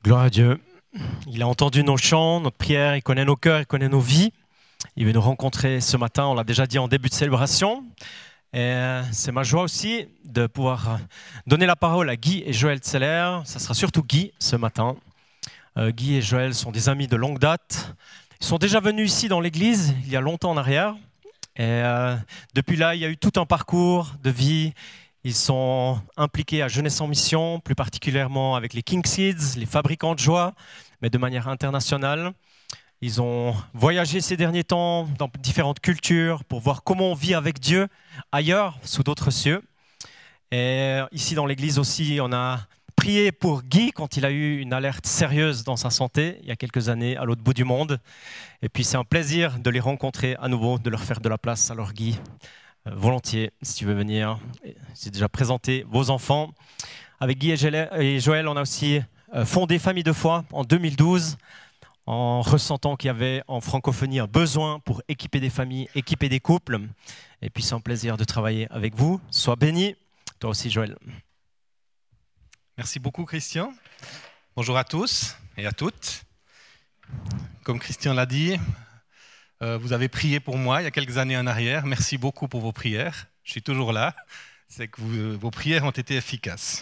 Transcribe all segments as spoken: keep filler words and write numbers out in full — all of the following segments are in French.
Gloire à Dieu. Il a entendu nos chants, notre prière, il connaît nos cœurs, il connaît nos vies. Il veut nous rencontrer ce matin, on l'a déjà dit en début de célébration. Et c'est ma joie aussi de pouvoir donner la parole à Guy et Joël Zeller. Ça sera surtout Guy ce matin. Euh, Guy et Joël sont des amis de longue date. Ils sont déjà venus ici dans l'église il y a longtemps en arrière. Et euh, depuis là, il y a eu tout un parcours de vie. Ils sont impliqués à Jeunesse en Mission, plus particulièrement avec les King Seeds, les fabricants de joie, mais de manière internationale. Ils ont voyagé ces derniers temps dans différentes cultures pour voir comment on vit avec Dieu ailleurs, sous d'autres cieux. Et ici dans l'église aussi, on a prié pour Guy quand il a eu une alerte sérieuse dans sa santé il y a quelques années à l'autre bout du monde. Et puis c'est un plaisir de les rencontrer à nouveau, de leur faire de la place. Alors Guy, euh, volontiers, si tu veux venir. J'ai déjà présenté vos enfants. Avec Guy et Joël, on a aussi fondé Famille de foi en deux mille douze, en ressentant qu'il y avait en francophonie un besoin pour équiper des familles, équiper des couples. Et puis c'est un plaisir de travailler avec vous. Sois béni, toi aussi Joël. Merci beaucoup Christian. Bonjour à tous et à toutes. Comme Christian l'a dit, euh, vous avez prié pour moi il y a quelques années en arrière. Merci beaucoup pour vos prières. Je suis toujours là. C'est que vous, vos prières ont été efficaces.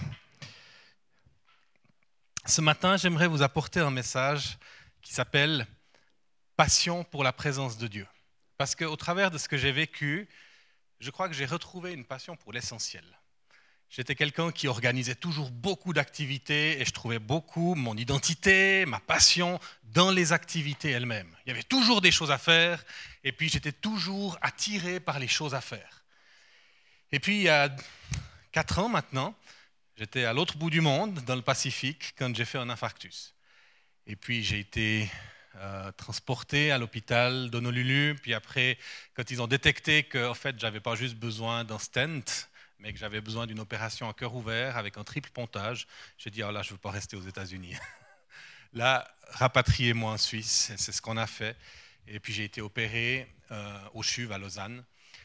Ce matin, j'aimerais vous apporter un message qui s'appelle « Passion pour la présence de Dieu ». Parce qu'au travers de ce que j'ai vécu, je crois que j'ai retrouvé une passion pour l'essentiel. J'étais quelqu'un qui organisait toujours beaucoup d'activités et je trouvais beaucoup mon identité, ma passion dans les activités elles-mêmes. Il y avait toujours des choses à faire et puis j'étais toujours attiré par les choses à faire. Et puis il y a quatre ans maintenant, j'étais à l'autre bout du monde, dans le Pacifique, quand j'ai fait un infarctus. Et puis j'ai été euh, transporté à l'hôpital d'Honolulu. Puis après, quand ils ont détecté que en fait, j'avais pas juste besoin d'un stent, mais que j'avais besoin d'une opération à cœur ouvert avec un triple pontage, j'ai dit, oh là, je ne veux pas rester aux États-Unis. Là, rapatriez-moi en Suisse, c'est ce qu'on a fait. Et puis j'ai été opéré euh, au C H U V à Lausanne.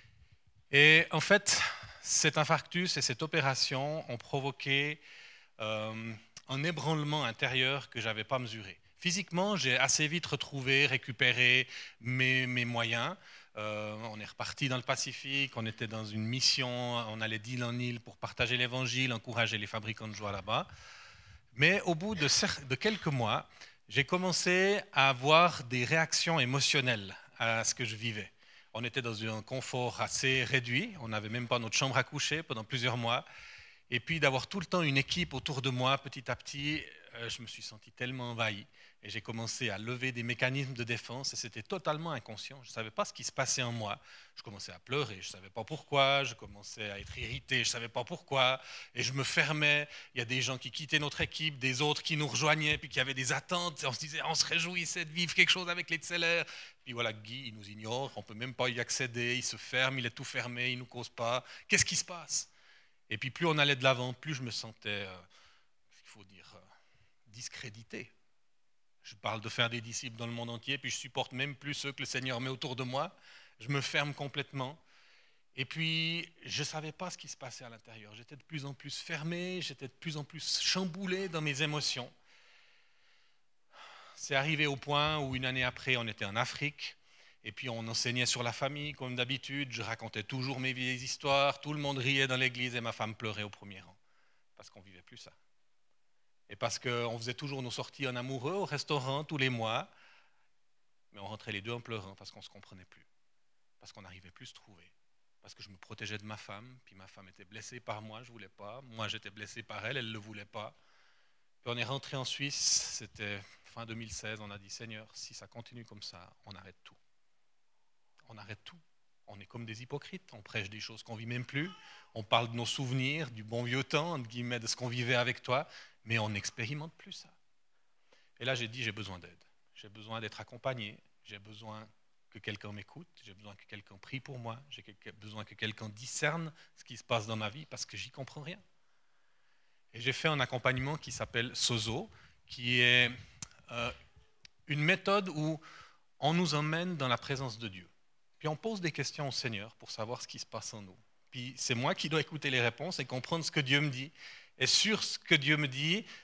Et en fait, cet infarctus et cette opération ont provoqué euh, un ébranlement intérieur que je n'avais pas mesuré. Physiquement, j'ai assez vite retrouvé, récupéré mes, mes moyens. Euh, on est reparti dans le Pacifique, on était dans une mission, on allait d'île en île pour partager l'évangile, encourager les fabricants de joie là-bas. Mais au bout de, de quelques mois, j'ai commencé à avoir des réactions émotionnelles à ce que je vivais. On était dans un confort assez réduit, on n'avait même pas notre chambre à coucher pendant plusieurs mois. Et puis d'avoir tout le temps une équipe autour de moi, petit à petit, euh, je me suis senti tellement envahi. Et j'ai commencé à lever des mécanismes de défense et c'était totalement inconscient. Je ne savais pas ce qui se passait en moi. Je commençais à pleurer, je ne savais pas pourquoi. Je commençais à être irrité, je ne savais pas pourquoi. Et je me fermais. Il y a des gens qui quittaient notre équipe, des autres qui nous rejoignaient, puis qui avaient des attentes. On se disait, on se réjouissait de vivre quelque chose avec les Zeller. Puis voilà, Guy, il nous ignore, on ne peut même pas y accéder. Il se ferme, il est tout fermé, il ne nous cause pas. Qu'est-ce qui se passe ? Et puis plus on allait de l'avant, plus je me sentais, euh, il faut dire, euh, discrédité. Je parle de faire des disciples dans le monde entier, puis je supporte même plus ceux que le Seigneur met autour de moi. Je me ferme complètement. Et puis, je ne savais pas ce qui se passait à l'intérieur. J'étais de plus en plus fermé, j'étais de plus en plus chamboulé dans mes émotions. C'est arrivé au point où une année après, on était en Afrique, et puis on enseignait sur la famille, comme d'habitude. Je racontais toujours mes vieilles histoires, tout le monde riait dans l'église et ma femme pleurait au premier rang, parce qu'on ne vivait plus ça. Et parce qu'on faisait toujours nos sorties en amoureux au restaurant tous les mois, mais on rentrait les deux en pleurant parce qu'on ne se comprenait plus, parce qu'on n'arrivait plus à se trouver, parce que je me protégeais de ma femme, puis ma femme était blessée par moi, je ne voulais pas, moi j'étais blessé par elle, elle ne le voulait pas. Puis on est rentré en Suisse, c'était fin deux mille seize, on a dit, Seigneur, si ça continue comme ça, on arrête tout. On arrête tout. On est comme des hypocrites, on prêche des choses qu'on ne vit même plus, on parle de nos souvenirs, du bon vieux temps, entre guillemets, de ce qu'on vivait avec toi, mais on n'expérimente plus ça. Et là, j'ai dit, j'ai besoin d'aide. J'ai besoin d'être accompagné. J'ai besoin que quelqu'un m'écoute. J'ai besoin que quelqu'un prie pour moi. J'ai besoin que quelqu'un discerne ce qui se passe dans ma vie parce que j'y comprends rien. Et j'ai fait un accompagnement qui s'appelle Sozo, qui est euh, une méthode où on nous emmène dans la présence de Dieu. Puis on pose des questions au Seigneur pour savoir ce qui se passe en nous. Puis c'est moi qui dois écouter les réponses et comprendre ce que Dieu me dit. Et sur ce que Dieu me dit,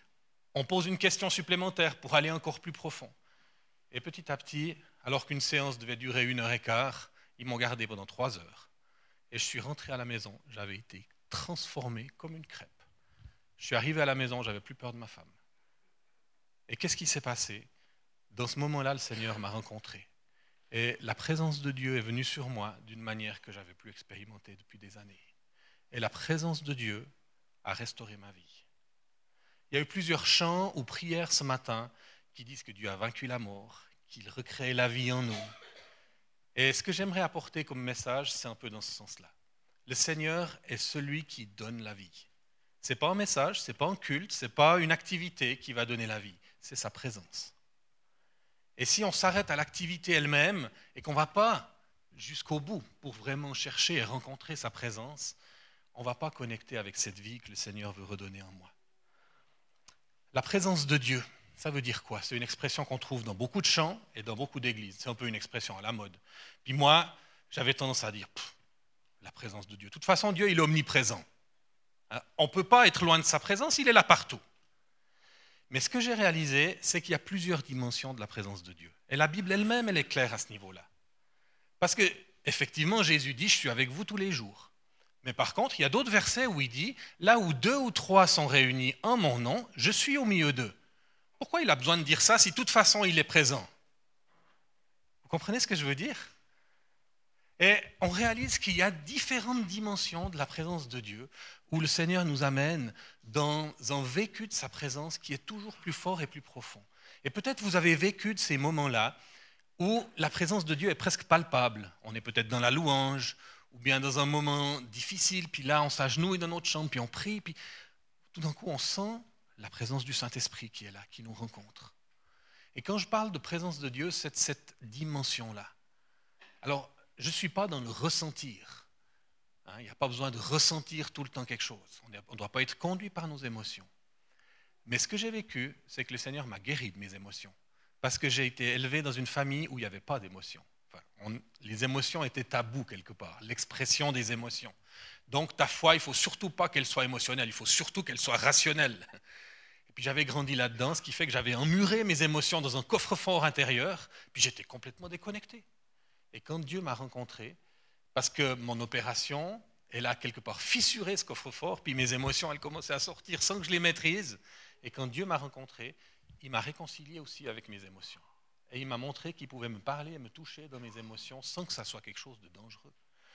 On pose une question supplémentaire pour aller encore plus profond. Et petit à petit, alors qu'une séance devait durer une heure et quart, ils m'ont gardé pendant trois heures. Et je suis rentré à la maison, j'avais été transformé comme une crêpe. Je suis arrivé à la maison, j'avais plus peur de ma femme. Et qu'est-ce qui s'est passé? Dans ce moment-là, le Seigneur m'a rencontré. Et la présence de Dieu est venue sur moi d'une manière que je n'avais plus expérimentée depuis des années. Et la présence de Dieu a restauré ma vie. Il y a eu plusieurs chants ou prières ce matin qui disent que Dieu a vaincu la mort, qu'il recrée la vie en nous. Et ce que j'aimerais apporter comme message, c'est un peu dans ce sens-là. Le Seigneur est celui qui donne la vie. Ce n'est pas un message, ce n'est pas un culte, ce n'est pas une activité qui va donner la vie, c'est sa présence. Et si on s'arrête à l'activité elle-même et qu'on ne va pas jusqu'au bout pour vraiment chercher et rencontrer sa présence, on ne va pas connecter avec cette vie que le Seigneur veut redonner en moi. La présence de Dieu, ça veut dire quoi? C'est une expression qu'on trouve dans beaucoup de chants et dans beaucoup d'églises. C'est un peu une expression à la mode. Puis moi, j'avais tendance à dire, la présence de Dieu. De toute façon, Dieu, il est omniprésent. On ne peut pas être loin de sa présence, il est là partout. Mais ce que j'ai réalisé, c'est qu'il y a plusieurs dimensions de la présence de Dieu. Et la Bible elle-même, elle est claire à ce niveau-là. Parce que, effectivement, Jésus dit, je suis avec vous tous les jours. Mais par contre, il y a d'autres versets où il dit, là où deux ou trois sont réunis en mon nom, je suis au milieu d'eux. Pourquoi il a besoin de dire ça si de toute façon il est présent? Vous comprenez ce que je veux dire? Et on réalise qu'il y a différentes dimensions de la présence de Dieu où le Seigneur nous amène dans un vécu de sa présence qui est toujours plus fort et plus profond. Et peut-être vous avez vécu de ces moments-là où la présence de Dieu est presque palpable. On est peut-être dans la louange ou bien dans un moment difficile, puis là on s'agenouille dans notre chambre, puis on prie, puis tout d'un coup on sent la présence du Saint-Esprit qui est là, qui nous rencontre. Et quand je parle de présence de Dieu, c'est cette dimension-là. Alors, je ne suis pas dans le ressentir. Hein, il n'y a pas besoin de ressentir tout le temps quelque chose. On ne doit pas être conduit par nos émotions. Mais ce que j'ai vécu, c'est que le Seigneur m'a guéri de mes émotions. Parce que j'ai été élevé dans une famille où il n'y avait pas d'émotions. Enfin, on, les émotions étaient tabous quelque part, l'expression des émotions. Donc ta foi, il ne faut surtout pas qu'elle soit émotionnelle, il faut surtout qu'elle soit rationnelle. Et puis j'avais grandi là-dedans, ce qui fait que j'avais emmuré mes émotions dans un coffre-fort intérieur, puis j'étais complètement déconnecté. Et quand Dieu m'a rencontré, parce que mon opération, elle a quelque part fissuré ce coffre-fort, puis mes émotions, elles commençaient à sortir sans que je les maîtrise. Et quand Dieu m'a rencontré, il m'a réconcilié aussi avec mes émotions. Et il m'a montré qu'il pouvait me parler et me toucher dans mes émotions sans que ça soit quelque chose de dangereux.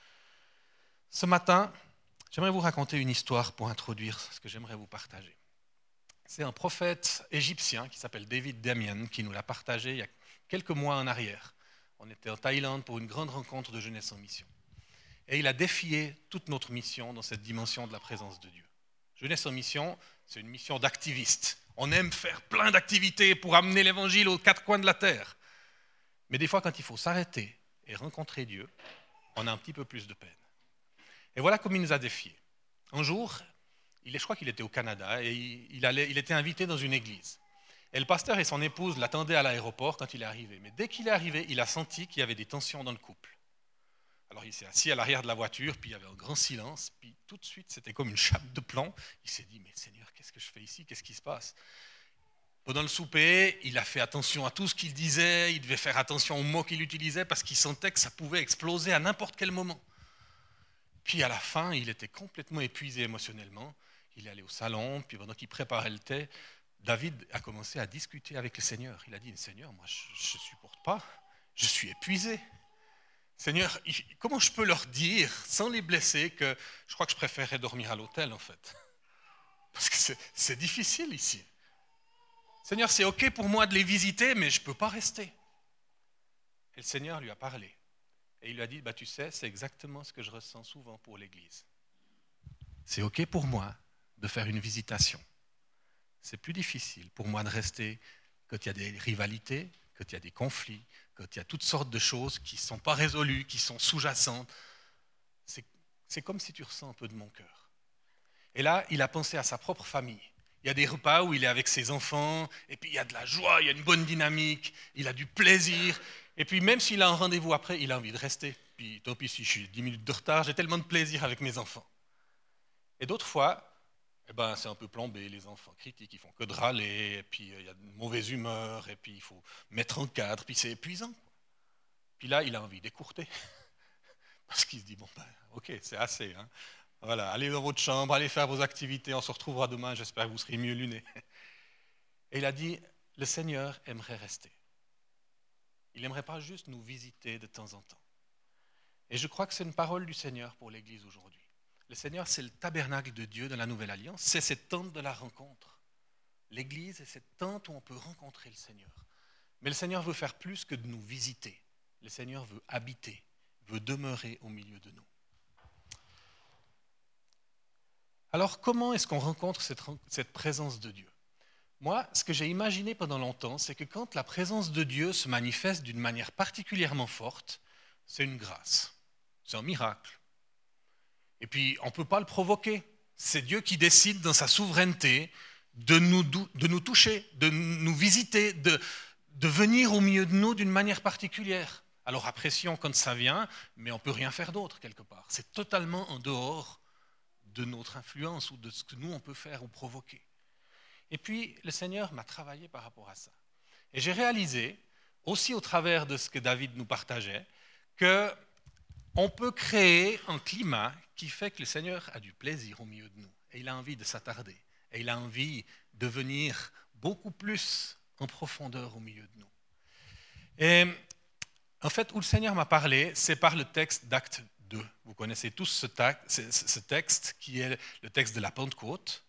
Ce matin, j'aimerais vous raconter une histoire pour introduire ce que j'aimerais vous partager. C'est un prophète égyptien qui s'appelle David Damien qui nous l'a partagé il y a quelques mois en arrière. On était en Thaïlande pour une grande rencontre de jeunesse en mission. Et il a défié toute notre mission dans cette dimension de la présence de Dieu. Jeunesse en mission, c'est une mission d'activiste. On aime faire plein d'activités pour amener l'évangile aux quatre coins de la terre. Mais des fois, quand il faut s'arrêter et rencontrer Dieu, on a un petit peu plus de peine. Et voilà comme il nous a défiés. Un jour, il est, je crois qu'il était au Canada, et il, il, allait, il était invité dans une église. Et le pasteur et son épouse l'attendaient à l'aéroport quand il est arrivé. Mais dès qu'il est arrivé, il a senti qu'il y avait des tensions dans le couple. Alors il s'est assis à l'arrière de la voiture, puis il y avait un grand silence, puis tout de suite, c'était comme une chape de plomb. Il s'est dit, mais Seigneur, qu'est-ce que je fais ici? Qu'est-ce qui se passe? Pendant le souper, il a fait attention à tout ce qu'il disait, il devait faire attention aux mots qu'il utilisait, parce qu'il sentait que ça pouvait exploser à n'importe quel moment. Puis à la fin, il était complètement épuisé émotionnellement. Il est allé au salon, puis pendant qu'il préparait le thé, David a commencé à discuter avec le Seigneur. Il a dit, Seigneur, moi je ne supporte pas, je suis épuisé. Seigneur, comment je peux leur dire, sans les blesser, que je crois que je préférerais dormir à l'hôtel en fait? Parce que c'est, c'est difficile ici. Seigneur, c'est ok pour moi de les visiter, mais je ne peux pas rester. Et le Seigneur lui a parlé. Et il lui a dit, bah, tu sais, c'est exactement ce que je ressens souvent pour l'Église. C'est ok pour moi de faire une visitation. C'est plus difficile pour moi de rester quand il y a des rivalités, quand il y a des conflits, quand il y a toutes sortes de choses qui ne sont pas résolues, qui sont sous-jacentes. C'est, c'est comme si tu ressens un peu de mon cœur. Et là, il a pensé à sa propre famille. Il y a des repas où il est avec ses enfants, et puis il y a de la joie, il y a une bonne dynamique, il a du plaisir. Et puis même s'il a un rendez-vous après, il a envie de rester. Puis tant pis si je suis dix minutes de retard, j'ai tellement de plaisir avec mes enfants. Et d'autres fois, eh ben, c'est un peu plombé, les enfants critiques, ils font que de râler, et puis il y a de mauvaise humeur, et puis il faut mettre en cadre, puis c'est épuisant. Puis là, il a envie d'écourter. Parce qu'il se dit, bon, ben, ok, c'est assez. Hein. Voilà, allez dans votre chambre, allez faire vos activités, on se retrouvera demain, j'espère que vous serez mieux lunés. Et il a dit, le Seigneur aimerait rester. Il n'aimerait pas juste nous visiter de temps en temps. Et je crois que c'est une parole du Seigneur pour l'Église aujourd'hui. Le Seigneur, c'est le tabernacle de Dieu de la Nouvelle Alliance, c'est cette tente de la rencontre. L'Église est cette tente où on peut rencontrer le Seigneur. Mais le Seigneur veut faire plus que de nous visiter. Le Seigneur veut habiter, veut demeurer au milieu de nous. Alors, comment est-ce qu'on rencontre cette, cette présence de Dieu ? Moi, ce que j'ai imaginé pendant longtemps, c'est que quand la présence de Dieu se manifeste d'une manière particulièrement forte, c'est une grâce, c'est un miracle. Et puis, on ne peut pas le provoquer. C'est Dieu qui décide dans sa souveraineté de nous, de nous toucher, de nous visiter, de, de venir au milieu de nous d'une manière particulière. Alors apprécions quand ça vient, mais on ne peut rien faire d'autre quelque part. C'est totalement en dehors de notre influence ou de ce que nous, on peut faire ou provoquer. Et puis, le Seigneur m'a travaillé par rapport à ça. Et j'ai réalisé, aussi au travers de ce que David nous partageait, qu'on peut créer un climat qui fait que le Seigneur a du plaisir au milieu de nous. Et il a envie de s'attarder. Et il a envie de venir beaucoup plus en profondeur au milieu de nous. Et en fait, où le Seigneur m'a parlé, c'est par le texte d'Acte deux. Vous connaissez tous ce, ta- ce texte qui est le texte de la Pentecôte.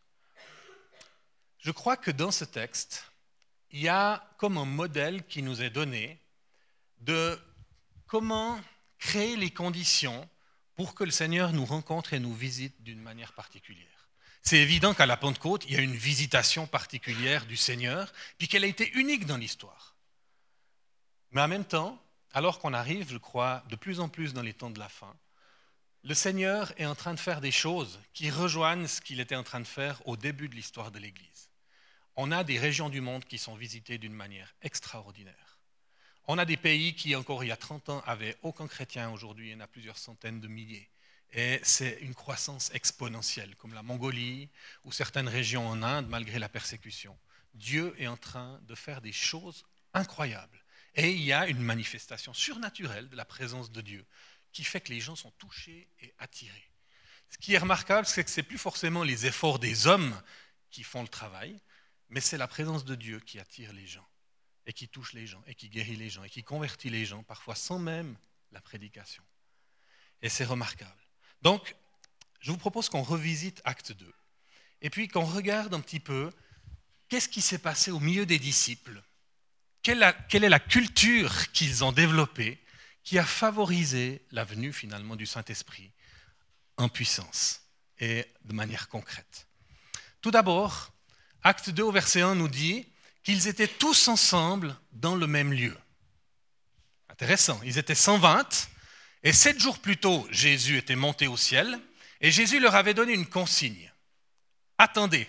Je crois que dans ce texte, il y a comme un modèle qui nous est donné de comment créer les conditions pour que le Seigneur nous rencontre et nous visite d'une manière particulière. C'est évident qu'à la Pentecôte, il y a une visitation particulière du Seigneur, puis qu'elle a été unique dans l'histoire. Mais en même temps, alors qu'on arrive, je crois, de plus en plus dans les temps de la fin, le Seigneur est en train de faire des choses qui rejoignent ce qu'il était en train de faire au début de l'histoire de l'Église. On a des régions du monde qui sont visitées d'une manière extraordinaire. On a des pays qui, encore il y a trente ans, n'avaient aucun chrétien. Aujourd'hui, il y en a plusieurs centaines de milliers. Et c'est une croissance exponentielle, comme la Mongolie ou certaines régions en Inde, malgré la persécution. Dieu est en train de faire des choses incroyables. Et il y a une manifestation surnaturelle de la présence de Dieu qui fait que les gens sont touchés et attirés. Ce qui est remarquable, c'est que ce n'est plus forcément les efforts des hommes qui font le travail, mais c'est la présence de Dieu qui attire les gens, et qui touche les gens, et qui guérit les gens, et qui convertit les gens, parfois sans même la prédication. Et c'est remarquable. Donc, je vous propose qu'on revisite Acte deux, et puis qu'on regarde un petit peu qu'est-ce qui s'est passé au milieu des disciples, quelle, a, quelle est la culture qu'ils ont développée, qui a favorisé la venue finalement du Saint-Esprit en puissance et de manière concrète. Tout d'abord, Acte deux au verset un nous dit qu'ils étaient tous ensemble dans le même lieu. Intéressant, ils étaient cent vingt, et sept jours plus tôt, Jésus était monté au ciel, et Jésus leur avait donné une consigne. Attendez,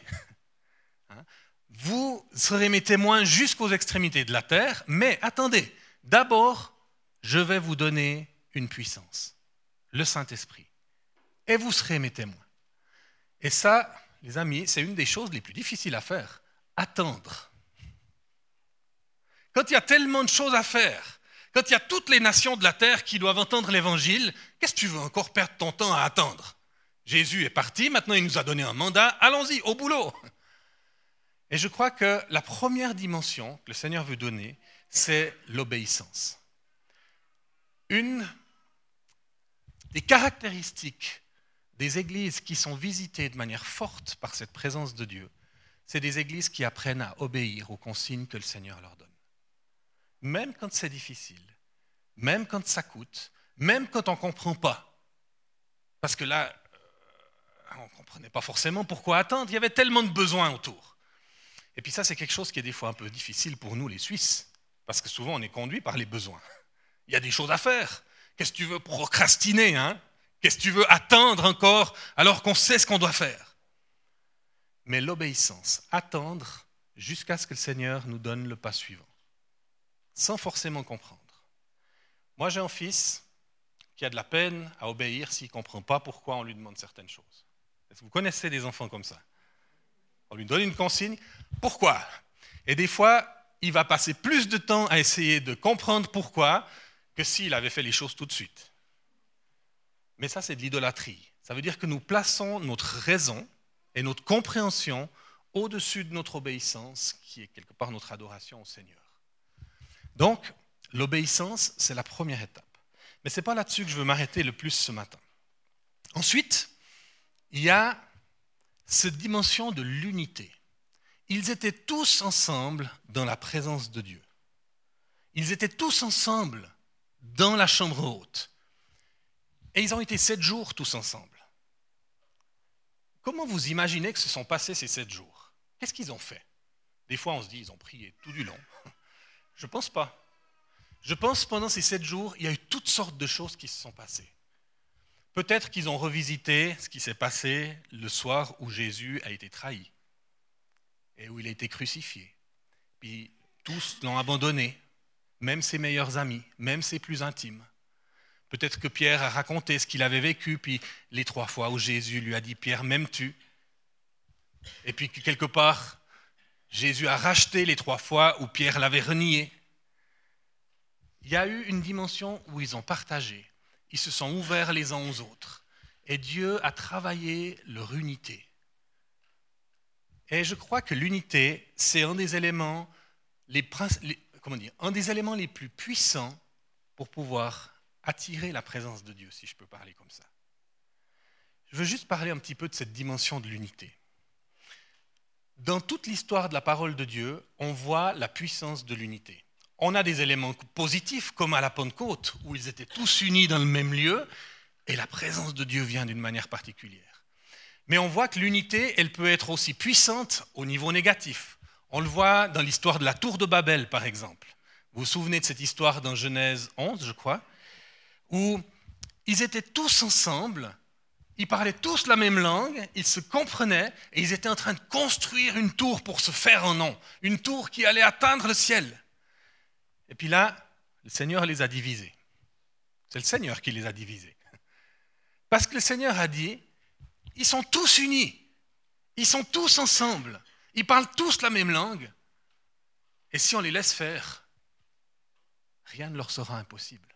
vous serez mes témoins jusqu'aux extrémités de la terre, mais attendez, d'abord, je vais vous donner une puissance, le Saint-Esprit, et vous serez mes témoins. Et ça, les amis, c'est une des choses les plus difficiles à faire, attendre. Quand il y a tellement de choses à faire, quand il y a toutes les nations de la terre qui doivent entendre l'évangile, qu'est-ce que tu veux encore perdre ton temps à attendre ? Jésus est parti, maintenant il nous a donné un mandat, allons-y, au boulot. Et je crois que la première dimension que le Seigneur veut donner, c'est l'obéissance. Une des caractéristiques des églises qui sont visitées de manière forte par cette présence de Dieu, c'est des églises qui apprennent à obéir aux consignes que le Seigneur leur donne. Même quand c'est difficile, même quand ça coûte, même quand on ne comprend pas. Parce que là, on ne comprenait pas forcément pourquoi attendre, il y avait tellement de besoins autour. Et puis ça, c'est quelque chose qui est des fois un peu difficile pour nous, les Suisses, parce que souvent on est conduit par les besoins. Il y a des choses à faire. Qu'est-ce que tu veux procrastiner, hein ? Qu'est-ce que tu veux attendre encore alors qu'on sait ce qu'on doit faire ? Mais l'obéissance, attendre jusqu'à ce que le Seigneur nous donne le pas suivant, sans forcément comprendre. Moi, j'ai un fils qui a de la peine à obéir s'il ne comprend pas pourquoi on lui demande certaines choses. Est-ce que vous connaissez des enfants comme ça ? On lui donne une consigne. Pourquoi? Et des fois, il va passer plus de temps à essayer de comprendre pourquoi que s'il avait fait les choses tout de suite. Mais ça, c'est de l'idolâtrie. Ça veut dire que nous plaçons notre raison et notre compréhension au-dessus de notre obéissance, qui est quelque part notre adoration au Seigneur. Donc, l'obéissance, c'est la première étape. Mais ce n'est pas là-dessus que je veux m'arrêter le plus ce matin. Ensuite, il y a cette dimension de l'unité. Ils étaient tous ensemble dans la présence de Dieu. Ils étaient tous ensemble dans la chambre haute. Et ils ont été sept jours tous ensemble. Comment vous imaginez que se sont passés ces sept jours? Qu'est-ce qu'ils ont fait? Des fois, on se dit, ils ont prié tout du long. Je ne pense pas. Je pense que pendant ces sept jours, il y a eu toutes sortes de choses qui se sont passées. Peut-être qu'ils ont revisité ce qui s'est passé le soir où Jésus a été trahi et où il a été crucifié. Puis tous l'ont abandonné, même ses meilleurs amis, même ses plus intimes. Peut-être que Pierre a raconté ce qu'il avait vécu, puis les trois fois où Jésus lui a dit « Pierre, m'aimes-tu » Et puis que quelque part, Jésus a racheté les trois fois où Pierre l'avait renié. Il y a eu une dimension où ils ont partagé. Ils se sont ouverts les uns aux autres. Et Dieu a travaillé leur unité. Et je crois que l'unité, c'est un des éléments les, les, comment dire, un des éléments les plus puissants pour pouvoir attirer la présence de Dieu, si je peux parler comme ça. Je veux juste parler un petit peu de cette dimension de l'unité. Dans toute l'histoire de la parole de Dieu, on voit la puissance de l'unité. On a des éléments positifs, comme à la Pentecôte, où ils étaient tous unis dans le même lieu, et la présence de Dieu vient d'une manière particulière. Mais on voit que l'unité, elle peut être aussi puissante au niveau négatif. On le voit dans l'histoire de la tour de Babel, par exemple. Vous vous souvenez de cette histoire dans Genèse onze, je crois, où ils étaient tous ensemble, ils parlaient tous la même langue, ils se comprenaient, et ils étaient en train de construire une tour pour se faire un nom, une tour qui allait atteindre le ciel. Et puis là, le Seigneur les a divisés. C'est le Seigneur qui les a divisés. Parce que le Seigneur a dit, ils sont tous unis, ils sont tous ensemble, ils parlent tous la même langue, et si on les laisse faire, rien ne leur sera impossible.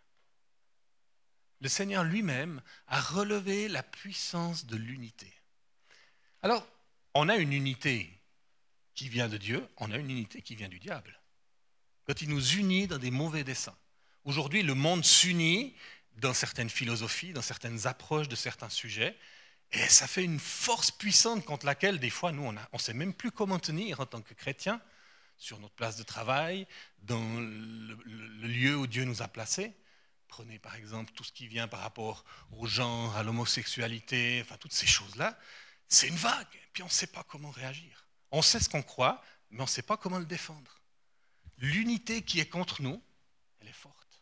Le Seigneur lui-même a relevé la puissance de l'unité. Alors, on a une unité qui vient de Dieu, on a une unité qui vient du diable. Quand il nous unit dans des mauvais desseins. Aujourd'hui, le monde s'unit dans certaines philosophies, dans certaines approches de certains sujets, et ça fait une force puissante contre laquelle, des fois, nous, on ne sait même plus comment tenir en tant que chrétiens, sur notre place de travail, dans le, le, le lieu où Dieu nous a placés. Prenez par exemple tout ce qui vient par rapport au genre, à l'homosexualité, enfin toutes ces choses-là. C'est une vague, et puis on ne sait pas comment réagir. On sait ce qu'on croit, mais on ne sait pas comment le défendre. L'unité qui est contre nous, elle est forte.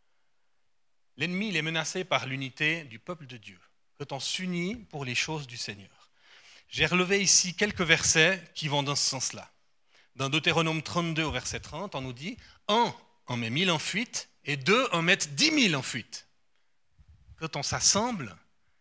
L'ennemi, il est menacé par l'unité du peuple de Dieu, quand on s'unit pour les choses du Seigneur. J'ai relevé ici quelques versets qui vont dans ce sens-là. Dans Deutéronome trente-deux, au verset trente, on nous dit « Un en met mille en fuite, et deux en mettent dix mille en fuite. » Quand on s'assemble,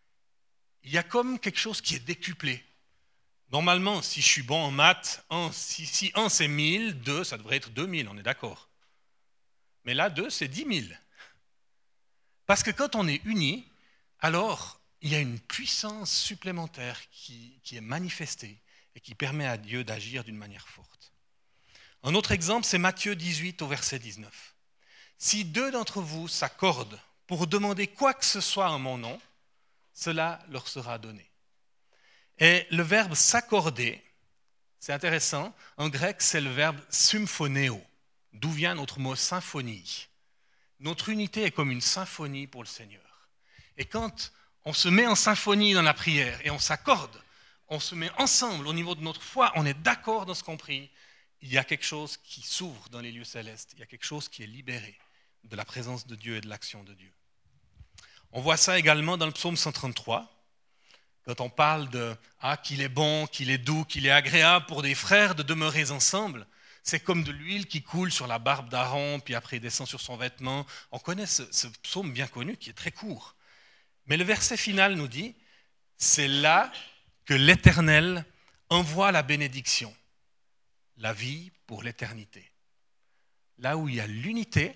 il y a comme quelque chose qui est décuplé. Normalement, si je suis bon en maths, un, si, si un c'est mille, deux, ça devrait être deux mille, on est d'accord. Mais là, deux, c'est dix mille. Parce que quand on est unis, alors il y a une puissance supplémentaire qui, qui est manifestée et qui permet à Dieu d'agir d'une manière forte. Un autre exemple, c'est Matthieu dix-huit au verset dix-neuf. Si deux d'entre vous s'accordent pour demander quoi que ce soit en mon nom, cela leur sera donné. Et le verbe s'accorder, c'est intéressant, en grec c'est le verbe symphoneo, d'où vient notre mot symphonie. Notre unité est comme une symphonie pour le Seigneur. Et quand on se met en symphonie dans la prière et on s'accorde, on se met ensemble au niveau de notre foi, on est d'accord dans ce qu'on prie, il y a quelque chose qui s'ouvre dans les lieux célestes, il y a quelque chose qui est libéré de la présence de Dieu et de l'action de Dieu. On voit ça également dans le psaume cent trente-trois, quand on parle de ah, qu'il est bon, qu'il est doux, qu'il est agréable pour des frères de demeurer ensemble. C'est comme de l'huile qui coule sur la barbe d'Aaron, puis après il descend sur son vêtement. On connaît ce, ce psaume bien connu qui est très court. Mais le verset final nous dit « C'est là que l'Éternel envoie la bénédiction, la vie pour l'éternité. Là où il y a l'unité,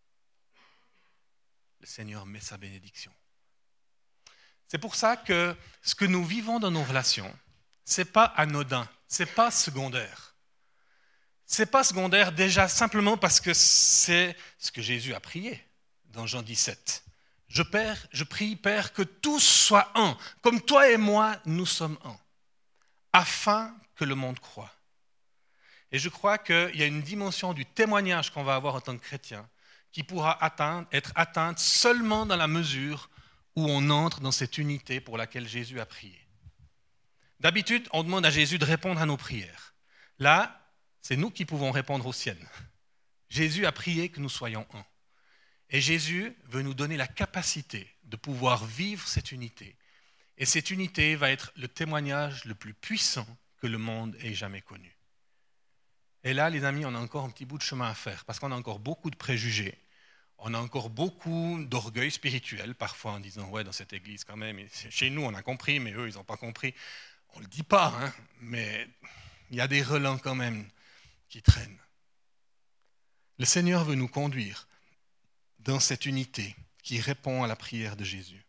le Seigneur met sa bénédiction. C'est pour ça que ce que nous vivons dans nos relations, ce n'est pas anodin, ce n'est pas secondaire. Ce n'est pas secondaire déjà simplement parce que c'est ce que Jésus a prié dans Jean dix-sept. Je, père, je prie, Père, que tous soient un, comme toi et moi, nous sommes un, afin que le monde croie. Et je crois qu'il y a une dimension du témoignage qu'on va avoir en tant que chrétien qui pourra atteindre, être atteinte seulement dans la mesure où on entre dans cette unité pour laquelle Jésus a prié. D'habitude, on demande à Jésus de répondre à nos prières. Là, c'est nous qui pouvons répondre aux siennes. Jésus a prié que nous soyons un. Et Jésus veut nous donner la capacité de pouvoir vivre cette unité. Et cette unité va être le témoignage le plus puissant que le monde ait jamais connu. Et là, les amis, on a encore un petit bout de chemin à faire, parce qu'on a encore beaucoup de préjugés, on a encore beaucoup d'orgueil spirituel, parfois en disant « ouais, dans cette église quand même, chez nous on a compris, mais eux ils n'ont pas compris ». On ne le dit pas, hein, mais il y a des relents quand même qui traînent. Le Seigneur veut nous conduire dans cette unité qui répond à la prière de Jésus.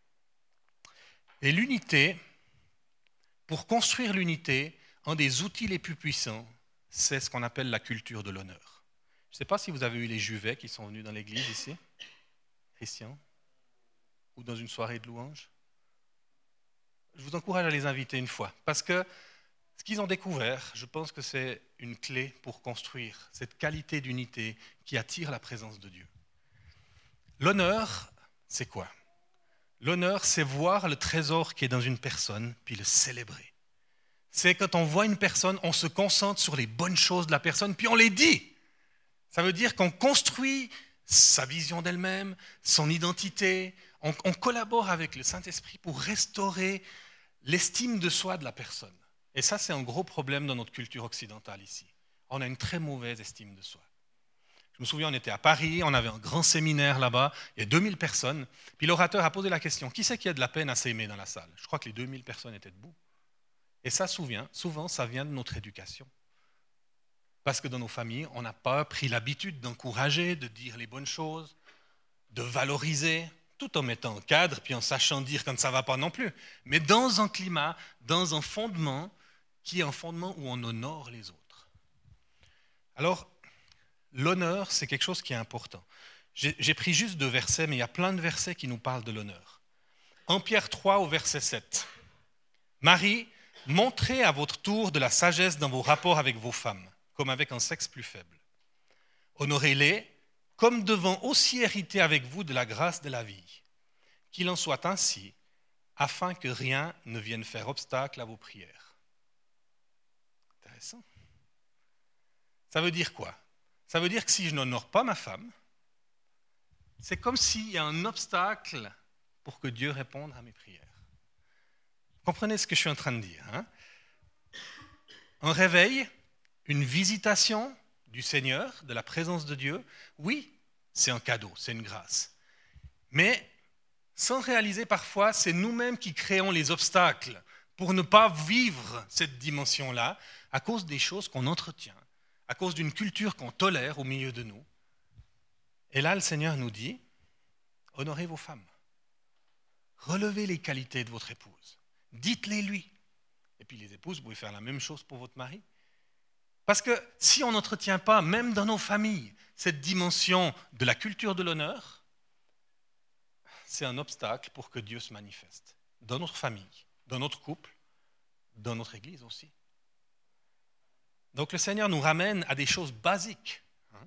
Et l'unité, pour construire l'unité, un des outils les plus puissants, c'est ce qu'on appelle la culture de l'honneur. Je ne sais pas si vous avez eu les Juvets qui sont venus dans l'église ici, Christian, ou dans une soirée de louange. Je vous encourage à les inviter une fois, parce que ce qu'ils ont découvert, je pense que c'est une clé pour construire cette qualité d'unité qui attire la présence de Dieu. L'honneur, c'est quoi ? L'honneur, c'est voir le trésor qui est dans une personne, puis le célébrer. C'est quand on voit une personne, on se concentre sur les bonnes choses de la personne, puis on les dit. Ça veut dire qu'on construit sa vision d'elle-même, son identité, on, on collabore avec le Saint-Esprit pour restaurer l'estime de soi de la personne. Et ça, c'est un gros problème dans notre culture occidentale ici. On a une très mauvaise estime de soi. Je me souviens, on était à Paris, on avait un grand séminaire là-bas, il y a deux mille personnes, puis l'orateur a posé la question, qui c'est qui a de la peine à s'aimer dans la salle ? Je crois que les deux mille personnes étaient debout. Et ça, souvent, souvent, ça vient de notre éducation. Parce que dans nos familles, on n'a pas pris l'habitude d'encourager, de dire les bonnes choses, de valoriser, tout en mettant en cadre, puis en sachant dire quand ça ne va pas non plus. Mais dans un climat, dans un fondement, qui est un fondement où on honore les autres. Alors, l'honneur, c'est quelque chose qui est important. J'ai, j'ai pris juste deux versets, mais il y a plein de versets qui nous parlent de l'honneur. En Pierre trois, au verset sept. Marie, montrez à votre tour de la sagesse dans vos rapports avec vos femmes, comme avec un sexe plus faible. Honorez-les, comme devant aussi hériter avec vous de la grâce de la vie. Qu'il en soit ainsi, afin que rien ne vienne faire obstacle à vos prières. Intéressant. Ça veut dire quoi ? Ça veut dire que si je n'honore pas ma femme, c'est comme s'il y a un obstacle pour que Dieu réponde à mes prières. Comprenez ce que je suis en train de dire. Hein ? Un réveil, une visitation du Seigneur, de la présence de Dieu, oui, c'est un cadeau, c'est une grâce. Mais sans réaliser parfois, c'est nous-mêmes qui créons les obstacles pour ne pas vivre cette dimension-là à cause des choses qu'on entretient, à cause d'une culture qu'on tolère au milieu de nous. Et là, le Seigneur nous dit, honorez vos femmes, relevez les qualités de votre épouse, dites-les lui. Et puis les épouses, vous pouvez faire la même chose pour votre mari. Parce que si on n'entretient pas, même dans nos familles, cette dimension de la culture de l'honneur, c'est un obstacle pour que Dieu se manifeste. Dans notre famille, dans notre couple, dans notre église aussi. Donc le Seigneur nous ramène à des choses basiques. Hein.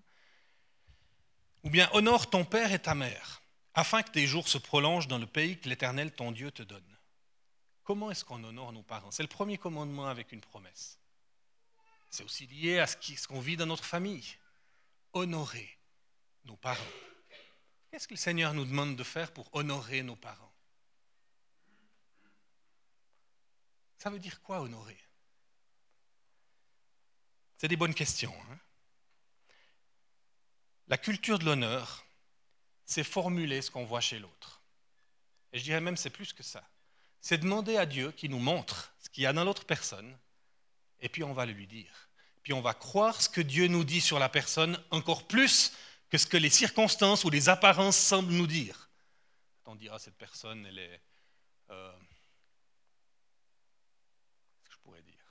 Ou bien, honore ton père et ta mère, afin que tes jours se prolongent dans le pays que l'Éternel, ton Dieu, te donne. Comment est-ce qu'on honore nos parents ? C'est le premier commandement avec une promesse. C'est aussi lié à ce qu'on vit dans notre famille. Honorer nos parents. Qu'est-ce que le Seigneur nous demande de faire pour honorer nos parents ? Ça veut dire quoi, honorer ? C'est des bonnes questions. Hein ? La culture de l'honneur, c'est formuler ce qu'on voit chez l'autre. Et je dirais même c'est plus que ça. C'est demander à Dieu qu'il nous montre ce qu'il y a dans l'autre personne Et puis on va le lui dire. Puis on va croire ce que Dieu nous dit sur la personne encore plus que ce que les circonstances ou les apparences semblent nous dire. On dira, cette personne, elle est... Euh, qu'est-ce que je pourrais dire?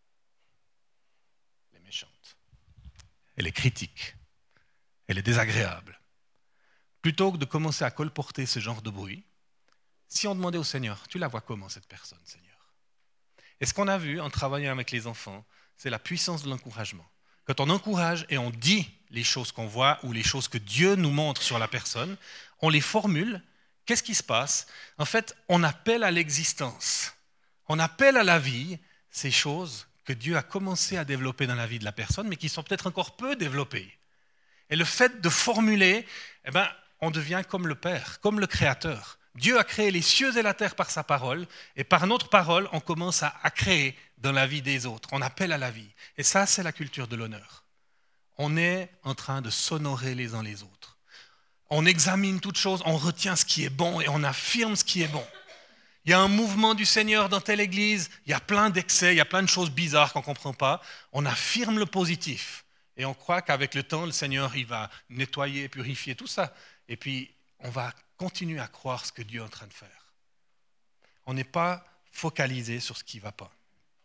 Elle est méchante. Elle est critique. Elle est désagréable. Plutôt que de commencer à colporter ce genre de bruit, si on demandait au Seigneur, tu la vois comment cette personne, Seigneur? Et ce qu'on a vu en travaillant avec les enfants, c'est la puissance de l'encouragement. Quand on encourage et on dit les choses qu'on voit ou les choses que Dieu nous montre sur la personne, on les formule. Qu'est-ce qui se passe? En fait, on appelle à l'existence, on appelle à la vie ces choses que Dieu a commencé à développer dans la vie de la personne, mais qui sont peut-être encore peu développées. Et le fait de formuler, eh ben, on devient comme le Père, comme le Créateur. Dieu a créé les cieux et la terre par sa parole, et par notre parole, on commence à, à créer dans la vie des autres. On appelle à la vie. Et ça, c'est la culture de l'honneur. On est en train de s'honorer les uns les autres. On examine toutes choses, on retient ce qui est bon et on affirme ce qui est bon. Il y a un mouvement du Seigneur dans telle église, il y a plein d'excès, il y a plein de choses bizarres qu'on ne comprend pas. On affirme le positif et on croit qu'avec le temps, le Seigneur il va nettoyer, purifier tout ça. Et puis, on va continuer à croire ce que Dieu est en train de faire. On n'est pas focalisé sur ce qui ne va pas.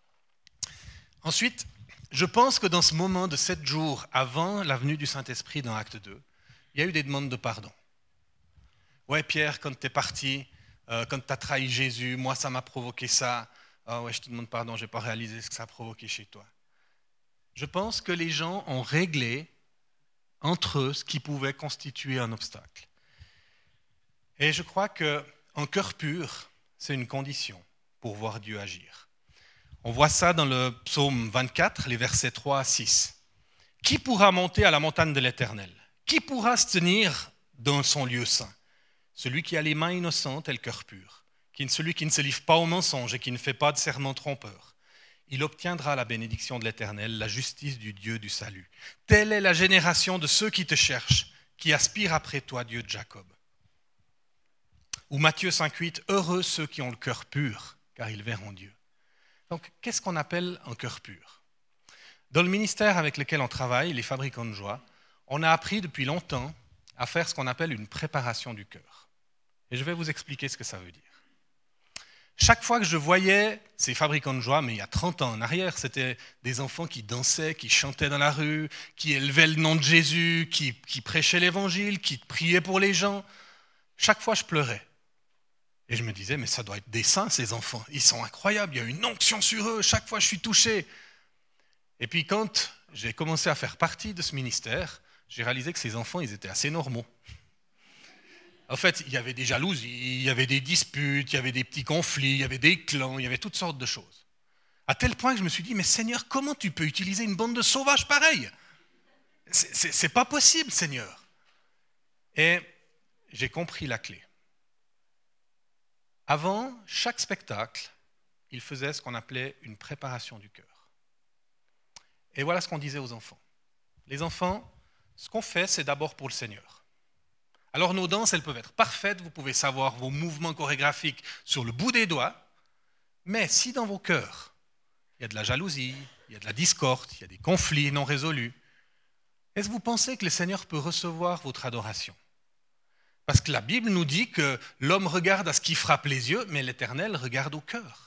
Ensuite, je pense que dans ce moment de sept jours avant la venue du Saint-Esprit dans Acte deux, il y a eu des demandes de pardon. Ouais, Pierre, quand tu es parti, euh, quand tu as trahi Jésus, moi, ça m'a provoqué ça. Ah ouais, je te demande pardon, je n'ai pas réalisé ce que ça a provoqué chez toi. Je pense que les gens ont réglé entre eux ce qui pouvait constituer un obstacle. Et je crois qu'un cœur pur, c'est une condition pour voir Dieu agir. On voit ça dans le psaume vingt-quatre, les versets trois à six. « Qui pourra monter à la montagne de l'Éternel ? Qui pourra se tenir dans son lieu saint? Celui qui a les mains innocentes et le cœur pur, qui, celui qui ne se livre pas au mensonge et qui ne fait pas de serment trompeur. Il obtiendra la bénédiction de l'Éternel, la justice du Dieu du salut. Telle est la génération de ceux qui te cherchent, qui aspirent après toi, Dieu de Jacob. » Ou Matthieu cinq huit, « Heureux ceux qui ont le cœur pur, car ils verront Dieu. » Donc, qu'est-ce qu'on appelle un cœur pur? Dans le ministère avec lequel on travaille, les fabricants de joie, on a appris depuis longtemps à faire ce qu'on appelle une préparation du cœur. Et je vais vous expliquer ce que ça veut dire. Chaque fois que je voyais ces fabricants de joie, mais il y a trente ans en arrière, c'était des enfants qui dansaient, qui chantaient dans la rue, qui élevaient le nom de Jésus, qui, qui prêchaient l'évangile, qui priaient pour les gens. Chaque fois, je pleurais. Et je me disais, mais ça doit être des saints, ces enfants. Ils sont incroyables, il y a une onction sur eux. Chaque fois, je suis touché. Et puis, quand j'ai commencé à faire partie de ce ministère, j'ai réalisé que ces enfants, ils étaient assez normaux. En fait, il y avait des jalousies, il y avait des disputes, il y avait des petits conflits, il y avait des clans, il y avait toutes sortes de choses. À tel point que je me suis dit, mais Seigneur, comment tu peux utiliser une bande de sauvages pareille? c'est, c'est, c'est pas possible, Seigneur. Et j'ai compris la clé. Avant chaque spectacle, il faisait ce qu'on appelait une préparation du cœur. Et voilà ce qu'on disait aux enfants. Les enfants, ce qu'on fait, c'est d'abord pour le Seigneur. Alors nos danses, elles peuvent être parfaites, vous pouvez savoir vos mouvements chorégraphiques sur le bout des doigts, mais si dans vos cœurs, il y a de la jalousie, il y a de la discorde, il y a des conflits non résolus, est-ce que vous pensez que le Seigneur peut recevoir votre adoration? Parce que la Bible nous dit que l'homme regarde à ce qui frappe les yeux, mais l'Éternel regarde au cœur.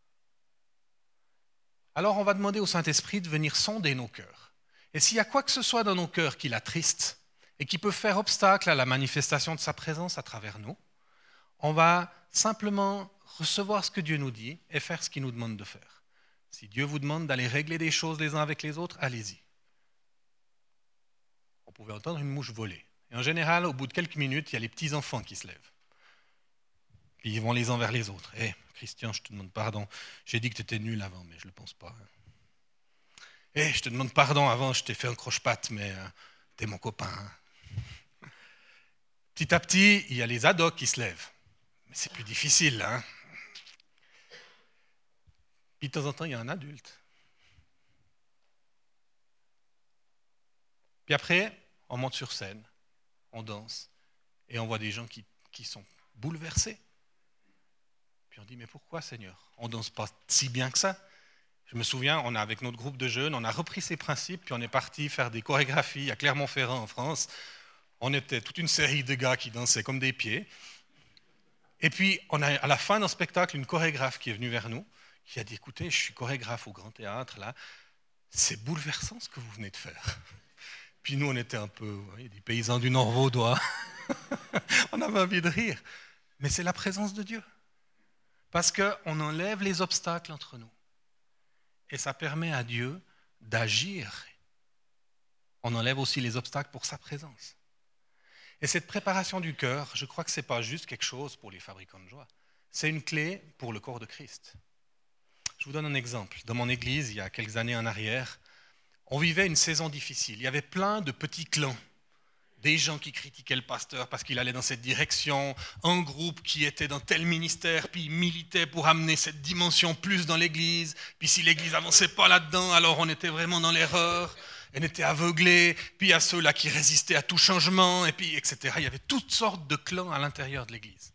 Alors on va demander au Saint-Esprit de venir sonder nos cœurs. Et s'il y a quoi que ce soit dans nos cœurs qui l'attriste et qui peut faire obstacle à la manifestation de sa présence à travers nous, on va simplement recevoir ce que Dieu nous dit et faire ce qu'il nous demande de faire. Si Dieu vous demande d'aller régler des choses les uns avec les autres, allez-y. On pouvait entendre une mouche voler. Et en général, au bout de quelques minutes, il y a les petits-enfants qui se lèvent. Puis ils vont les uns vers les autres. Hé, hey, Christian, je te demande pardon. J'ai dit que tu étais nul avant, mais je ne le pense pas. Hé, hey, je te demande pardon avant, je t'ai fait un croche-patte, mais euh, t'es mon copain. Hein. Petit à petit, il y a les ados qui se lèvent. Mais c'est plus difficile. Hein. Puis de temps en temps, il y a un adulte. Puis après, on monte sur scène. On danse et on voit des gens qui, qui sont bouleversés. Puis on dit, mais pourquoi, Seigneur? On ne danse pas si bien que ça. Je me souviens, on a, avec notre groupe de jeunes, on a repris ces principes, puis on est parti faire des chorégraphies à Clermont-Ferrand en France. On était toute une série de gars qui dansaient comme des pieds. Et puis, on a à la fin d'un spectacle une chorégraphe qui est venue vers nous, qui a dit, écoutez, je suis chorégraphe au Grand Théâtre, là, c'est bouleversant ce que vous venez de faire. Puis nous, on était un peu vous voyez, des paysans du Nord vaudois. On avait envie de rire. Mais c'est la présence de Dieu. Parce qu'on enlève les obstacles entre nous. Et ça permet à Dieu d'agir. On enlève aussi les obstacles pour sa présence. Et cette préparation du cœur, je crois que ce n'est pas juste quelque chose pour les fabricants de joie. C'est une clé pour le corps de Christ. Je vous donne un exemple. Dans mon église, il y a quelques années en arrière, on vivait une saison difficile. Il y avait plein de petits clans. Des gens qui critiquaient le pasteur parce qu'il allait dans cette direction, un groupe qui était dans tel ministère, puis il militait pour amener cette dimension plus dans l'église, puis si l'église n'avançait pas là-dedans, alors on était vraiment dans l'erreur, on était aveuglés, puis il y a ceux-là qui résistaient à tout changement, et puis et cetera. Il y avait toutes sortes de clans à l'intérieur de l'église.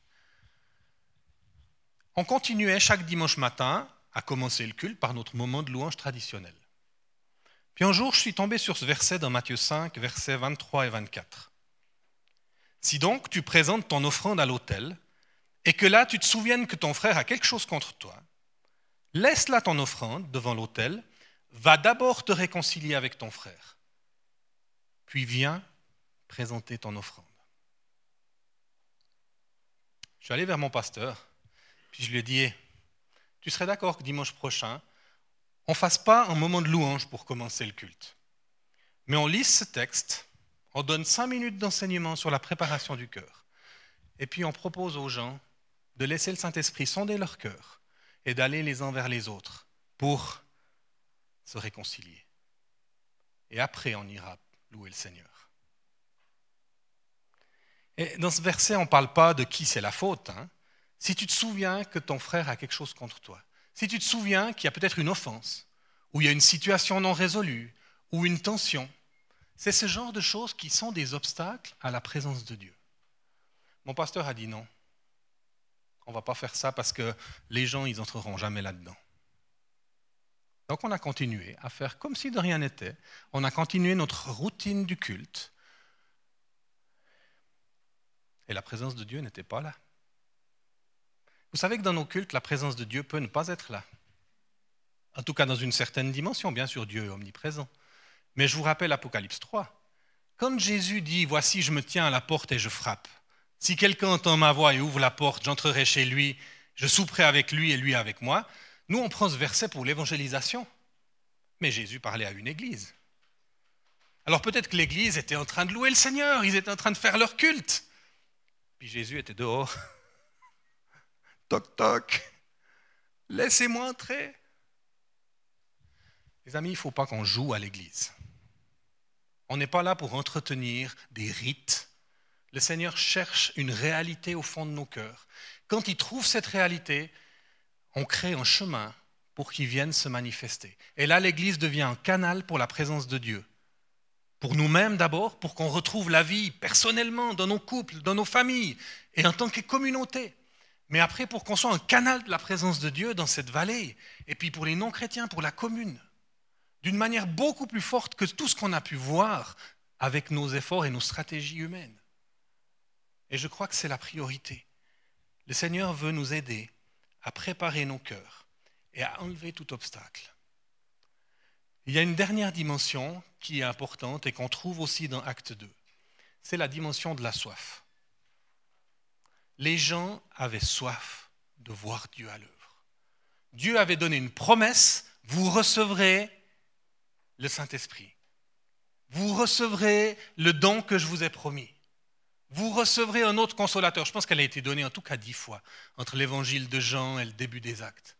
On continuait chaque dimanche matin à commencer le culte par notre moment de louange traditionnel. Puis un jour, je suis tombé sur ce verset dans Matthieu cinq, versets vingt-trois et vingt-quatre. Si donc tu présentes ton offrande à l'autel, et que là tu te souviennes que ton frère a quelque chose contre toi, laisse là ton offrande devant l'autel, va d'abord te réconcilier avec ton frère, puis viens présenter ton offrande. Je suis allé vers mon pasteur, puis je lui ai dit, tu serais d'accord que dimanche prochain, on ne fasse pas un moment de louange pour commencer le culte. Mais on lise ce texte, on donne cinq minutes d'enseignement sur la préparation du cœur. Et puis on propose aux gens de laisser le Saint-Esprit sonder leur cœur et d'aller les uns vers les autres pour se réconcilier. Et après, on ira louer le Seigneur. Et dans ce verset, on ne parle pas de qui c'est la faute. Hein. Si tu te souviens que ton frère a quelque chose contre toi, si tu te souviens qu'il y a peut-être une offense, ou il y a une situation non résolue, ou une tension, c'est ce genre de choses qui sont des obstacles à la présence de Dieu. Mon pasteur a dit non, on ne va pas faire ça parce que les gens, ils n'entreront jamais là-dedans. Donc on a continué à faire comme si de rien n'était, on a continué notre routine du culte, et la présence de Dieu n'était pas là. Vous savez que dans nos cultes, la présence de Dieu peut ne pas être là. En tout cas, dans une certaine dimension, bien sûr, Dieu est omniprésent. Mais je vous rappelle Apocalypse trois. Quand Jésus dit « Voici, je me tiens à la porte et je frappe. Si quelqu'un entend ma voix et ouvre la porte, j'entrerai chez lui, je souperai avec lui et lui avec moi. » Nous, on prend ce verset pour l'évangélisation. Mais Jésus parlait à une église. Alors peut-être que l'église était en train de louer le Seigneur, ils étaient en train de faire leur culte. Puis Jésus était dehors. Toc, toc, laissez-moi entrer. Les amis, il ne faut pas qu'on joue à l'église. On n'est pas là pour entretenir des rites. Le Seigneur cherche une réalité au fond de nos cœurs. Quand il trouve cette réalité, on crée un chemin pour qu'il vienne se manifester. Et là, l'église devient un canal pour la présence de Dieu. Pour nous-mêmes d'abord, pour qu'on retrouve la vie personnellement, dans nos couples, dans nos familles, et en tant que communauté. Mais après, pour qu'on soit un canal de la présence de Dieu dans cette vallée, et puis pour les non-chrétiens, pour la commune, d'une manière beaucoup plus forte que tout ce qu'on a pu voir avec nos efforts et nos stratégies humaines. Et je crois que c'est la priorité. Le Seigneur veut nous aider à préparer nos cœurs et à enlever tout obstacle. Il y a une dernière dimension qui est importante et qu'on trouve aussi dans Acte deux. C'est la dimension de la soif. Les gens avaient soif de voir Dieu à l'œuvre. Dieu avait donné une promesse, vous recevrez le Saint-Esprit. Vous recevrez le don que je vous ai promis. Vous recevrez un autre consolateur. Je pense qu'elle a été donnée en tout cas dix fois entre l'évangile de Jean et le début des Actes.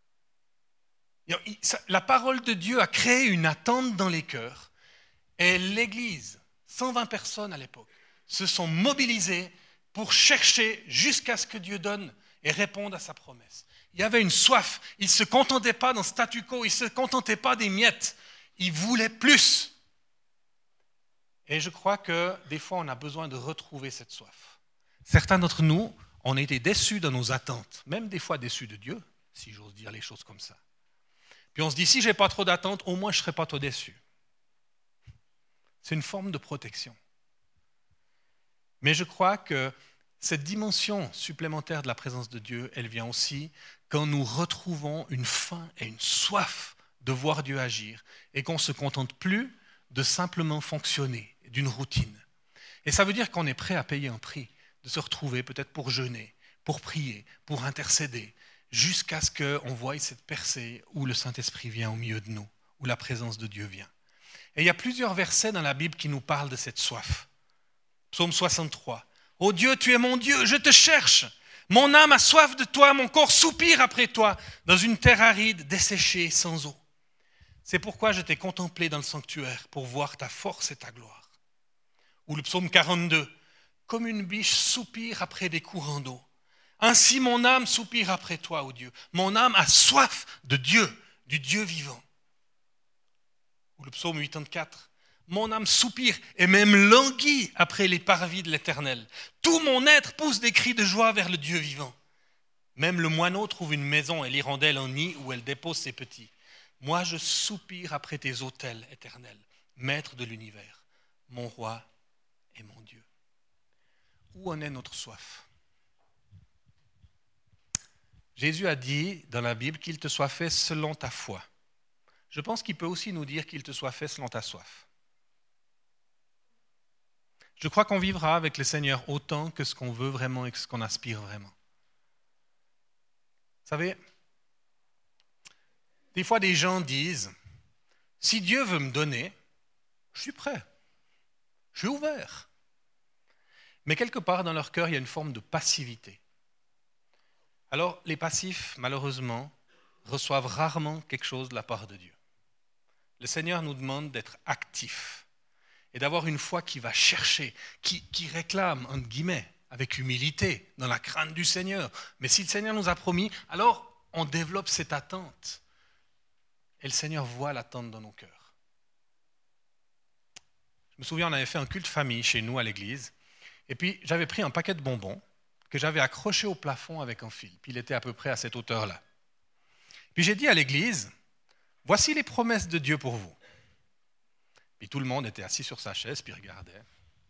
La parole de Dieu a créé une attente dans les cœurs et l'Église, cent vingt personnes à l'époque, se sont mobilisées pour chercher jusqu'à ce que Dieu donne et réponde à sa promesse. Il y avait une soif. Ils ne se contentaient pas d'un statu quo, ils ne se contentaient pas des miettes. Ils voulaient plus. Et je crois que des fois, on a besoin de retrouver cette soif. Certains d'entre nous, on a été déçus dans nos attentes, même des fois déçus de Dieu, si j'ose dire les choses comme ça. Puis on se dit, si je n'ai pas trop d'attente, au moins je ne serai pas trop déçu. C'est une forme de protection. Mais je crois que cette dimension supplémentaire de la présence de Dieu, elle vient aussi quand nous retrouvons une faim et une soif de voir Dieu agir et qu'on ne se contente plus de simplement fonctionner, d'une routine. Et ça veut dire qu'on est prêt à payer un prix, de se retrouver peut-être pour jeûner, pour prier, pour intercéder, jusqu'à ce qu'on voie cette percée où le Saint-Esprit vient au milieu de nous, où la présence de Dieu vient. Et il y a plusieurs versets dans la Bible qui nous parlent de cette soif. Psaume soixante-trois. « Ô Dieu, tu es mon Dieu, je te cherche. Mon âme a soif de toi, mon corps soupire après toi, dans une terre aride, desséchée, sans eau. C'est pourquoi je t'ai contemplé dans le sanctuaire, pour voir ta force et ta gloire. » Ou le psaume quarante-deux. « Comme une biche soupire après des courants d'eau. Ainsi mon âme soupire après toi, ô Dieu. Mon âme a soif de Dieu, du Dieu vivant. » Ou le psaume quatre-vingt-quatre. « Mon âme soupire et même languit après les parvis de l'Éternel. Tout mon être pousse des cris de joie vers le Dieu vivant. Même le moineau trouve une maison et l'hirondelle un nid où elle dépose ses petits. Moi je soupire après tes autels éternels, maître de l'univers, mon roi et mon Dieu. » Où en est notre soif ? Jésus a dit dans la Bible qu'il te soit fait selon ta foi. Je pense qu'il peut aussi nous dire qu'il te soit fait selon ta soif. Je crois qu'on vivra avec le Seigneur autant que ce qu'on veut vraiment et que ce qu'on aspire vraiment. Vous savez, des fois des gens disent, si Dieu veut me donner, je suis prêt, je suis ouvert. Mais quelque part dans leur cœur, il y a une forme de passivité. Alors les passifs, malheureusement, reçoivent rarement quelque chose de la part de Dieu. Le Seigneur nous demande d'être actifs et d'avoir une foi qui va chercher, qui, qui réclame, entre guillemets, avec humilité, dans la crainte du Seigneur. Mais si le Seigneur nous a promis, alors on développe cette attente. Et le Seigneur voit l'attente dans nos cœurs. Je me souviens, on avait fait un culte famille chez nous à l'église. Et puis j'avais pris un paquet de bonbons que j'avais accroché au plafond avec un fil. Puis il était à peu près à cette hauteur-là. Puis j'ai dit à l'église, voici les promesses de Dieu pour vous. Puis tout le monde était assis sur sa chaise, puis regardait.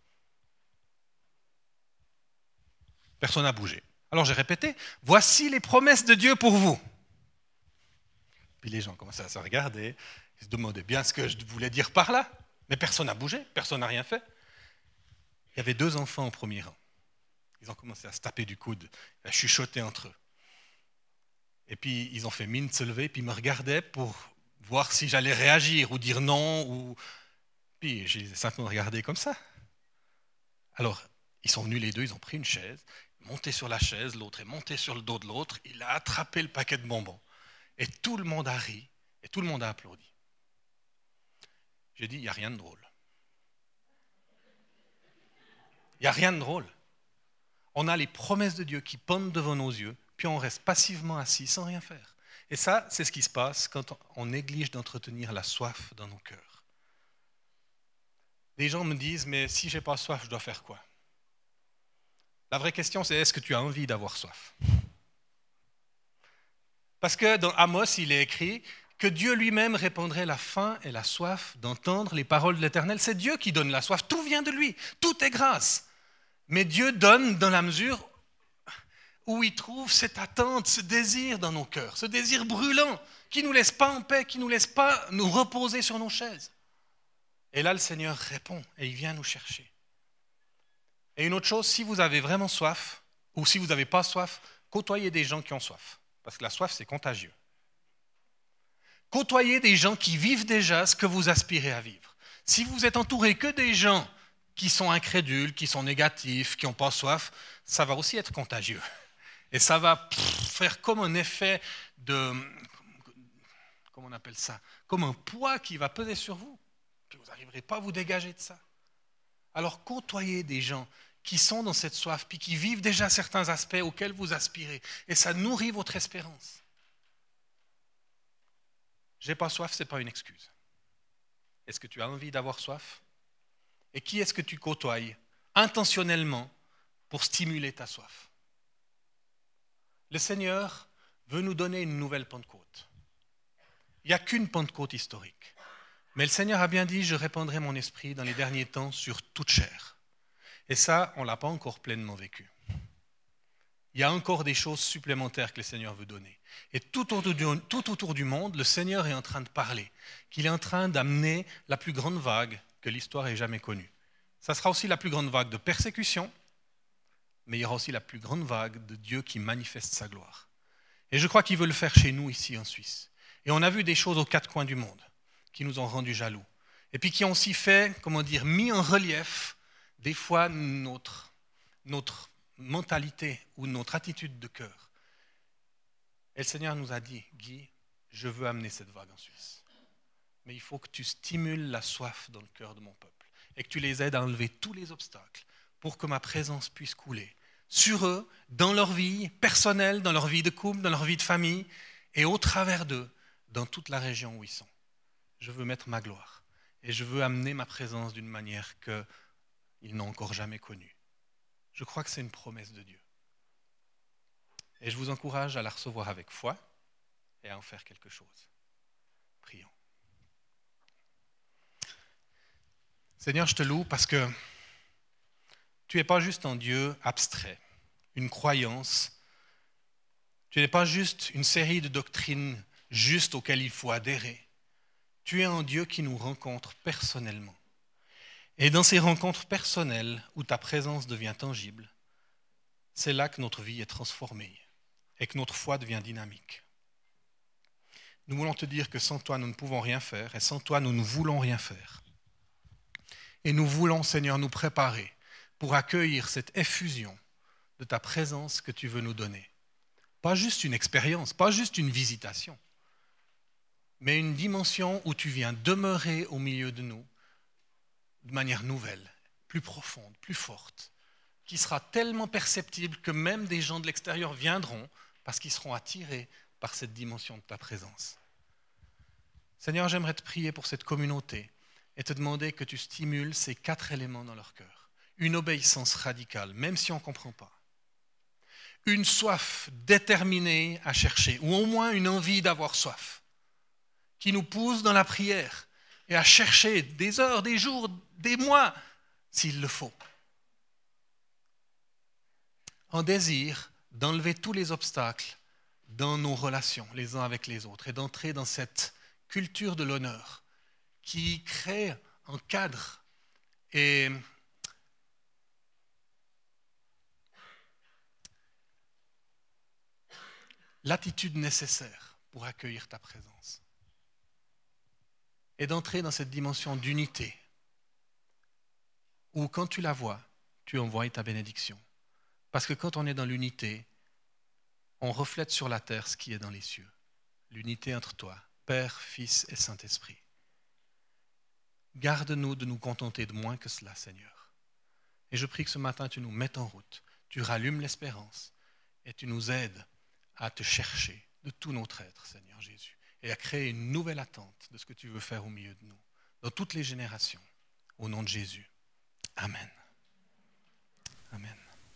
Personne n'a bougé. Alors j'ai répété, voici les promesses de Dieu pour vous. Puis les gens commençaient à se regarder, ils se demandaient bien ce que je voulais dire par là. Mais personne n'a bougé, personne n'a rien fait. Il y avait deux enfants au premier rang. Ils ont commencé à se taper du coude, à chuchoter entre eux. Et puis ils ont fait mine de se lever, puis ils me regardaient pour voir si j'allais réagir ou dire non. Ou... Puis je les ai simplement regardés comme ça. Alors, ils sont venus les deux, ils ont pris une chaise, monté sur la chaise, l'autre est monté sur le dos de l'autre, il a attrapé le paquet de bonbons. Et tout le monde a ri, et tout le monde a applaudi. J'ai dit, il n'y a rien de drôle. Il n'y a rien de drôle. On a les promesses de Dieu qui pendent devant nos yeux, puis on reste passivement assis sans rien faire. Et ça, c'est ce qui se passe quand on néglige d'entretenir la soif dans nos cœurs. Des gens me disent, mais si je n'ai pas soif, je dois faire quoi ? La vraie question, c'est est-ce que tu as envie d'avoir soif ? Parce que dans Amos, il est écrit que Dieu lui-même répandrait la faim et la soif d'entendre les paroles de l'Éternel. C'est Dieu qui donne la soif, tout vient de lui, tout est grâce. Mais Dieu donne dans la mesure où il trouve cette attente, ce désir dans nos cœurs, ce désir brûlant qui ne nous laisse pas en paix, qui ne nous laisse pas nous reposer sur nos chaises. Et là, le Seigneur répond et il vient nous chercher. Et une autre chose, si vous avez vraiment soif, ou si vous n'avez pas soif, côtoyez des gens qui ont soif. Parce que la soif, c'est contagieux. Côtoyez des gens qui vivent déjà ce que vous aspirez à vivre. Si vous êtes entouré que des gens qui sont incrédules, qui sont négatifs, qui n'ont pas soif, ça va aussi être contagieux. Et ça va pff, faire comme un effet de... Comment on appelle ça ? Comme un poids qui va peser sur vous. Puis vous n'arriverez pas à vous dégager de ça. Alors côtoyez des gens qui sont dans cette soif, puis qui vivent déjà certains aspects auxquels vous aspirez. Et ça nourrit votre espérance. J'ai pas soif, ce n'est pas une excuse. Est-ce que tu as envie d'avoir soif ? Et qui est-ce que tu côtoies intentionnellement pour stimuler ta soif ? Le Seigneur veut nous donner une nouvelle Pentecôte. Il n'y a qu'une Pentecôte historique. Mais le Seigneur a bien dit, je répandrai mon esprit dans les derniers temps sur toute chair. Et ça, on ne l'a pas encore pleinement vécu. Il y a encore des choses supplémentaires que le Seigneur veut donner. Et tout autour, du, tout autour du monde, le Seigneur est en train de parler, qu'il est en train d'amener la plus grande vague que l'histoire ait jamais connue. Ça sera aussi la plus grande vague de persécution, mais il y aura aussi la plus grande vague de Dieu qui manifeste sa gloire. Et je crois qu'il veut le faire chez nous, ici en Suisse. Et on a vu des choses aux quatre coins du monde qui nous ont rendus jaloux. Et puis qui ont aussi fait, comment dire, mis en relief des fois notre, notre mentalité ou notre attitude de cœur. Et le Seigneur nous a dit, Guy, je veux amener cette vague en Suisse. Mais il faut que tu stimules la soif dans le cœur de mon peuple et que tu les aides à enlever tous les obstacles pour que ma présence puisse couler sur eux, dans leur vie personnelle, dans leur vie de couple, dans leur vie de famille et au travers d'eux, dans toute la région où ils sont. Je veux mettre ma gloire et je veux amener ma présence d'une manière qu'ils n'ont encore jamais connue. Je crois que c'est une promesse de Dieu. Et je vous encourage à la recevoir avec foi et à en faire quelque chose. Prions. Seigneur, je te loue parce que tu n'es pas juste un Dieu abstrait, une croyance. Tu n'es pas juste une série de doctrines justes auxquelles il faut adhérer. Tu es un Dieu qui nous rencontre personnellement. Et dans ces rencontres personnelles où ta présence devient tangible, c'est là que notre vie est transformée et que notre foi devient dynamique. Nous voulons te dire que sans toi, nous ne pouvons rien faire et sans toi, nous ne voulons rien faire. Et nous voulons, Seigneur, nous préparer pour accueillir cette effusion de ta présence que tu veux nous donner. Pas juste une expérience, pas juste une visitation, mais une dimension où tu viens demeurer au milieu de nous de manière nouvelle, plus profonde, plus forte, qui sera tellement perceptible que même des gens de l'extérieur viendront parce qu'ils seront attirés par cette dimension de ta présence. Seigneur, j'aimerais te prier pour cette communauté et te demander que tu stimules ces quatre éléments dans leur cœur. Une obéissance radicale, même si on ne comprend pas. Une soif déterminée à chercher, ou au moins une envie d'avoir soif, qui nous pousse dans la prière et à chercher des heures, des jours, des mois, s'il le faut. Un désir d'enlever tous les obstacles dans nos relations, les uns avec les autres, et d'entrer dans cette culture de l'honneur qui crée un cadre et l'attitude nécessaire pour accueillir ta présence. Et d'entrer dans cette dimension d'unité où quand tu la vois, tu envoies ta bénédiction. Parce que quand on est dans l'unité, on reflète sur la terre ce qui est dans les cieux. L'unité entre toi, Père, Fils et Saint-Esprit. Garde-nous de nous contenter de moins que cela, Seigneur. Et je prie que ce matin, tu nous mettes en route, tu rallumes l'espérance et tu nous aides à te chercher de tout notre être, Seigneur Jésus, et à créer une nouvelle attente de ce que tu veux faire au milieu de nous, dans toutes les générations, au nom de Jésus. Amen. Amen.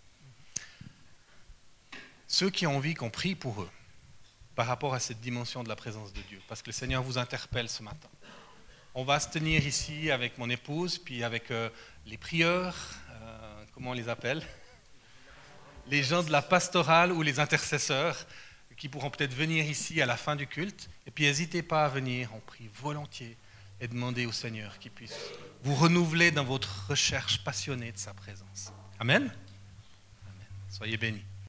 Ceux qui ont envie qu'on prie pour eux, par rapport à cette dimension de la présence de Dieu, parce que le Seigneur vous interpelle ce matin. On va se tenir ici avec mon épouse, puis avec euh, les prieurs, euh, comment on les appelle ? Les gens de la pastorale ou les intercesseurs qui pourront peut-être venir ici à la fin du culte. Et puis n'hésitez pas à venir, on prie volontiers et demander au Seigneur qu'il puisse vous renouveler dans votre recherche passionnée de sa présence. Amen. Amen. Soyez bénis.